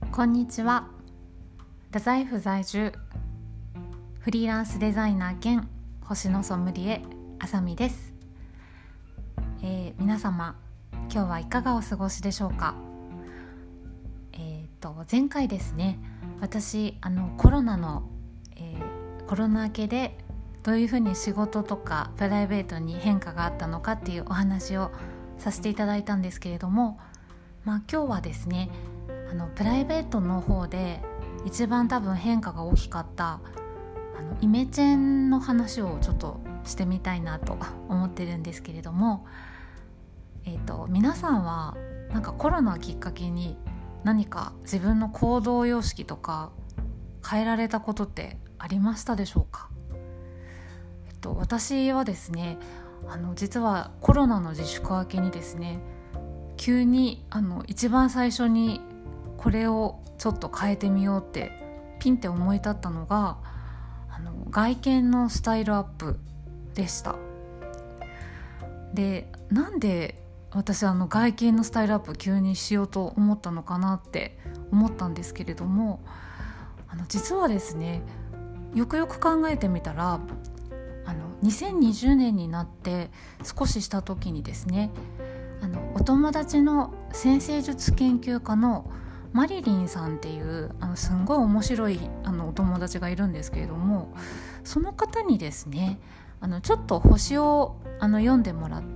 こんにちは。太宰府在住フリーランスデザイナー兼星のソムリエあさみです。皆様今日はいかがお過ごしでしょうか。前回ですね、私コロナ明けでどういうふうに仕事とかプライベートに変化があったのかっていうお話をさせていただいたんですけれども、今日はですね、プライベートの方で一番多分変化が大きかったイメチェンの話をちょっとしてみたいなと思ってるんですけれども、皆さんはなんかコロナをきっかけに何か自分の行動様式とか変えられたことってありましたでしょうか。私はですね、実はコロナの自粛明けにですね、急に一番最初にこれをちょっと変えてみようってピンって思い立ったのが外見のスタイルアップでした。で、なんで私外見のスタイルアップを急にしようと思ったのかなって思ったんですけれども、実はですね、よくよく考えてみたら2020年になって少しした時にですね、お友達の占星術研究家のマリリンさんっていうすんごい面白いお友達がいるんですけれども、その方にですねちょっと星を読んでもらって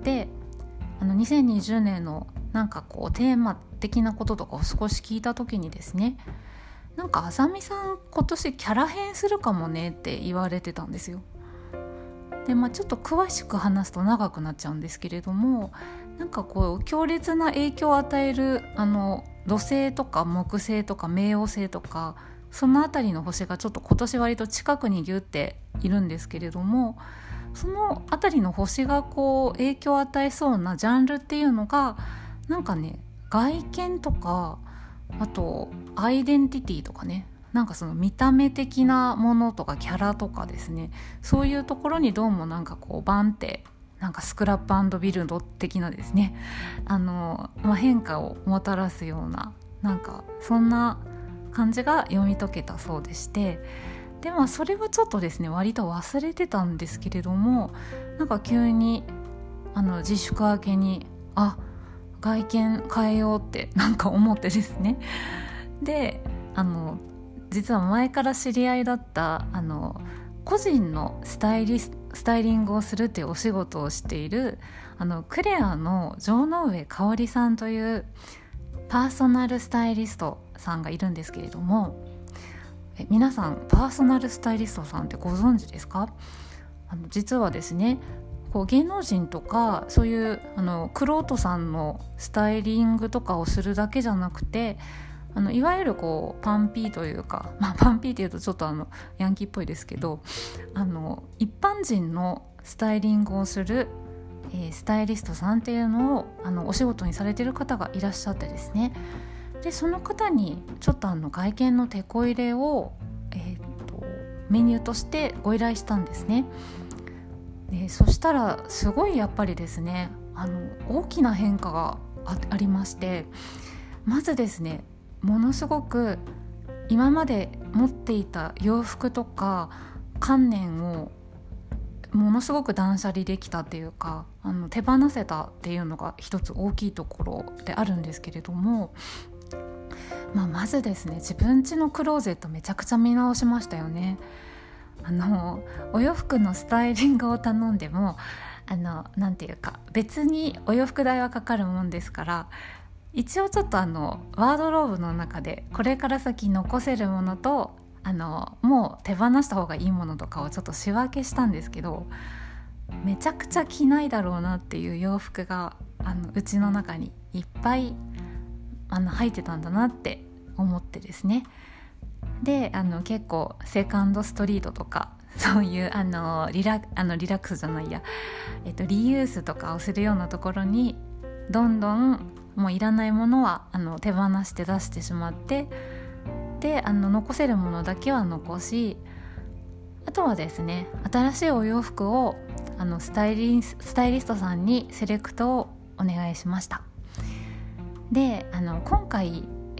、2020年のなんかこうテーマ的なこととかを少し聞いた時にですね、なんかあさみさん今年キャラ変するかもねって言われてたんですよ。で、ちょっと詳しく話すと長くなっちゃうんですけれども、なんかこう強烈な影響を与える土星とか木星とか冥王星とか、そのあたりの星がちょっと今年割と近くにギュっているんですけれども、そのあたりの星がこう影響を与えそうなジャンルっていうのがなんかね、外見とか、あとアイデンティティとかね、なんかその見た目的なものとかキャラとかですね、そういうところにどうもなんかこうバンってなんかスクラップ&ビルド的なですね、変化をもたらすような、なんかそんな感じが読み解けたそうでして、でそれはちょっとですね割と忘れてたんですけれども、なんか急に自粛明けに外見変えようってなんか思ってですね、で実は前から知り合いだった個人のスタイリングをするっていうお仕事をしているクレアの城上香織さんというパーソナルスタイリストさんがいるんですけれども、皆さんパーソナルスタイリストさんってご存知ですか？実はですね、こう芸能人とかそういう玄人さんのスタイリングとかをするだけじゃなくて、いわゆるこうパンピーというか、パンピーっていうとちょっとヤンキーっぽいですけど、一般人のスタイリングをする、スタイリストさんっていうのをお仕事にされている方がいらっしゃってですね、でその方にちょっと外見のテこ入れを、メニューとしてご依頼したんですね。でそしたらすごいやっぱりですね大きな変化が ありまして、まずですね、ものすごく今まで持っていた洋服とか観念をものすごく断捨離できたっていうか、手放せたっていうのが一つ大きいところであるんですけれども、まずですね、自分家のクローゼットめちゃくちゃ見直しましたよね。お洋服のスタイリングを頼んでもなんていうか別にお洋服代はかかるもんですから、一応ちょっとワードローブの中でこれから先残せるものともう手放した方がいいものとかをちょっと仕分けしたんですけど、めちゃくちゃ着ないだろうなっていう洋服がうちの中にいっぱい入ってたんだなって思ってですね、で結構セカンドストリートとかそういうリラックスじゃないや、リユースとかをするようなところにどんどんもういらないものは手放して出してしまって、で残せるものだけは残し、あとはですね新しいお洋服をスタイリストさんにセレクトをお願いしました。で今回、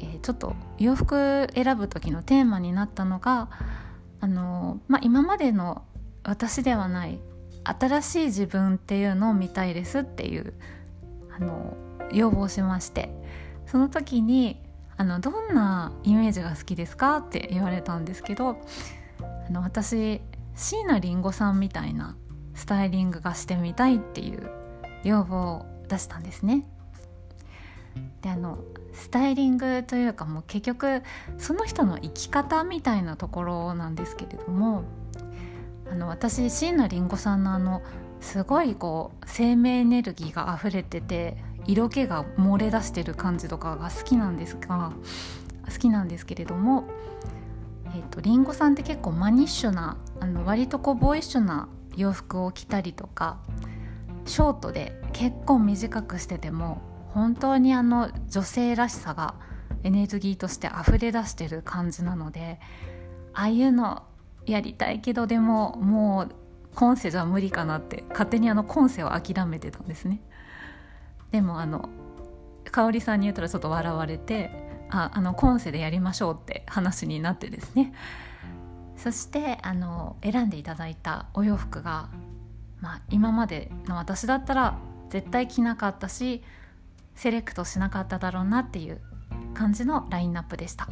ちょっと洋服選ぶ時のテーマになったのが今までの私ではない新しい自分っていうのを見たいですっていう要望しまして、その時にどんなイメージが好きですかって言われたんですけど、私椎名林檎さんみたいなスタイリングがしてみたいっていう要望を出したんですね。でスタイリングというかもう結局その人の生き方みたいなところなんですけれども、私椎名林檎さんのすごい生命エネルギーが溢れてて色気が漏れ出してる感じとかが好きなんですけれども、林檎さんって結構マニッシュな割とボーイッシュな洋服を着たりとか、ショートで結構短くしてても本当に女性らしさがエネルギーとして溢れ出してる感じなので、ああいうのやりたいけどでももう今世じゃ無理かなって勝手に今世を諦めてたんですね。でも香織さんに言ったらちょっと笑われて、今世でやりましょうって話になってですね、そして選んでいただいたお洋服が、今までの私だったら絶対着なかったしセレクトしなかっただろうなっていう感じのラインナップでした。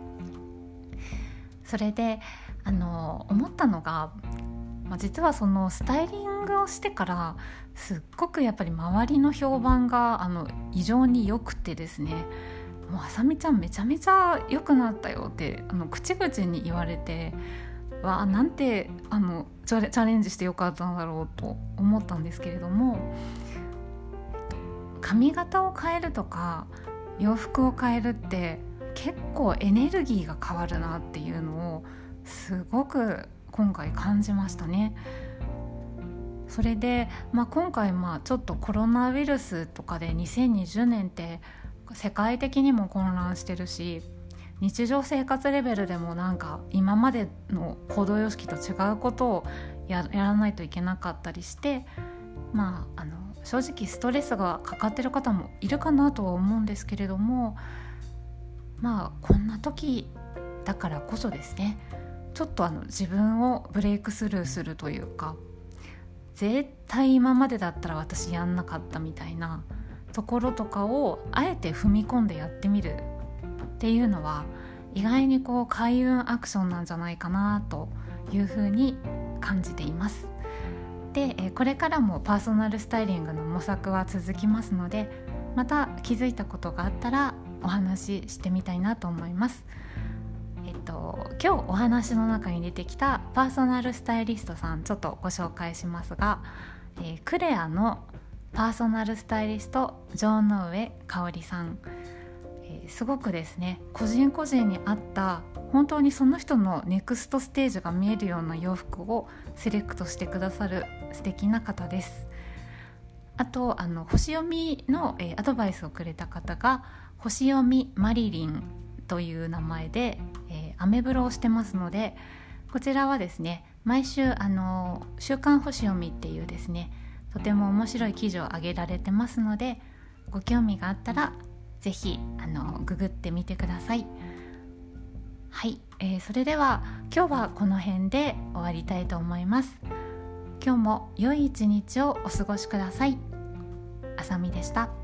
それで思ったのが、実はそのスタイリングをしてからすっごくやっぱり周りの評判が異常に良くてですね、もうあさみちゃんめちゃめちゃ良くなったよって口々に言われて、なんてチャレンジしてよかったんだろうと思ったんですけれども、髪型を変えるとか洋服を変えるって結構エネルギーが変わるなっていうのをすごく今回感じましたね。それで、今回ちょっとコロナウイルスとかで2020年って世界的にも混乱してるし、日常生活レベルでも今までの行動様式と違うことをやらないといけなかったりして、正直ストレスがかかってる方もいるかなとは思うんですけれども、こんな時だからこそですね、ちょっと自分をブレイクスルーするというか、絶対今までだったら私やんなかったみたいなところとかをあえて踏み込んでやってみるっていうのは意外に開運アクションなんじゃないかなというふうに感じています。で、これからもパーソナルスタイリングの模索は続きますので、また気づいたことがあったらお話ししてみたいなと思います。今日お話の中に出てきたパーソナルスタイリストさんちょっとご紹介しますが、クレアのパーソナルスタイリスト城上香織さん、すごくですね個人個人に合った本当にその人のネクストステージが見えるような洋服をセレクトしてくださる素敵な方です。あと星読みの、アドバイスをくれた方が星読みマリリンという名前で、アメブロをしてますので、こちらはですね毎週週刊星読みっていうですねとても面白い記事を上げられてますので、ご興味があったらぜひググってみてください。はい、それでは今日はこの辺で終わりたいと思います。今日も良い一日をお過ごしください。あさみでした。